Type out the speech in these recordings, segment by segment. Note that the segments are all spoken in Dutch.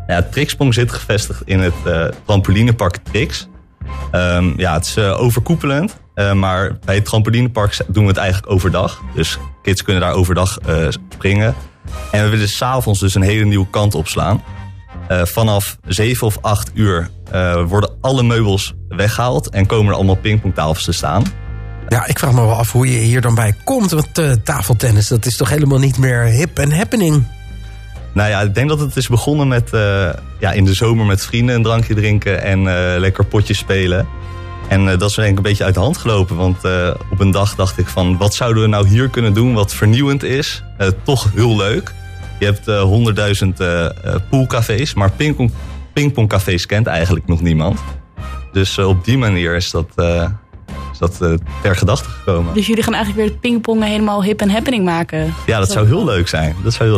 Ja, Trixpong zit gevestigd in het trampolinepark Trix. Het is overkoepelend. Maar bij het trampolinepark doen we het eigenlijk overdag. Dus kids kunnen daar overdag springen. En we willen 's avonds dus een hele nieuwe kant opslaan. Vanaf 7 of 8 uur worden alle meubels weggehaald en komen er allemaal pingpongtafels te staan. Ja, ik vraag me wel af hoe je hier dan bij komt. Want tafeltennis, dat is toch helemaal niet meer hip en happening? Nou ja, ik denk dat het is begonnen met in de zomer met vrienden een drankje drinken en lekker potjes spelen. En dat is denk ik een beetje uit de hand gelopen. Want op een dag dacht ik van, wat zouden we nou hier kunnen doen wat vernieuwend is? Toch heel leuk. Je hebt 100.000 poolcafés, maar pingpongcafés kent eigenlijk nog niemand. Dus op die manier is dat ter gedachte gekomen. Dus jullie gaan eigenlijk weer het pingpongen helemaal hip en happening maken? Ja, dat zou heel leuk zijn.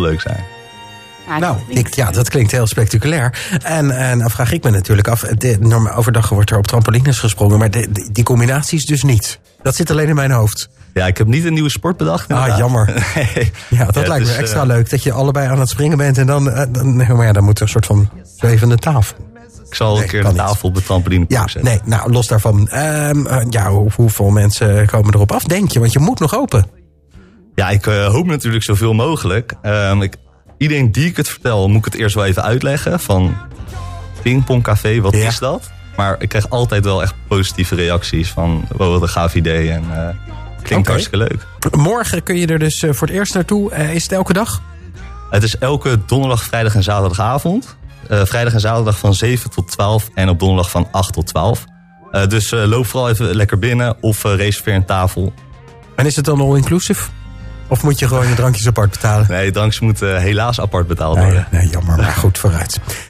Dat klinkt heel spectaculair. En dan vraag ik me natuurlijk af, overdag wordt er op trampolines gesprongen, maar die combinaties dus niet. Dat zit alleen in mijn hoofd. Ja, ik heb niet een nieuwe sport bedacht. Inderdaad. Jammer. Nee. Ja, dat lijkt me extra leuk, dat je allebei aan het springen bent en dan moet er een soort van zwevende tafel. Ik zal een keer een tafel op de trampolinepark zetten. Los daarvan. Hoeveel mensen komen erop af, denk je? Want je moet nog open. Ja, ik hoop natuurlijk zoveel mogelijk. Iedereen die ik het vertel, moet ik het eerst wel even uitleggen. Van pingpongcafé, wat is dat? Maar ik krijg altijd wel echt positieve reacties van, wow, wat een gaaf idee. En klinkt hartstikke leuk. Morgen kun je er dus voor het eerst naartoe. Is het elke dag? Het is elke donderdag, vrijdag en zaterdagavond. Vrijdag en zaterdag van 7 tot 12 en op donderdag van 8 tot 12. Dus loop vooral even lekker binnen of reserveer een tafel. En is het dan all-inclusive? Of moet je gewoon je drankjes apart betalen? Nee, drankjes moeten helaas apart betaald worden. Nee, jammer, maar goed, vooruit.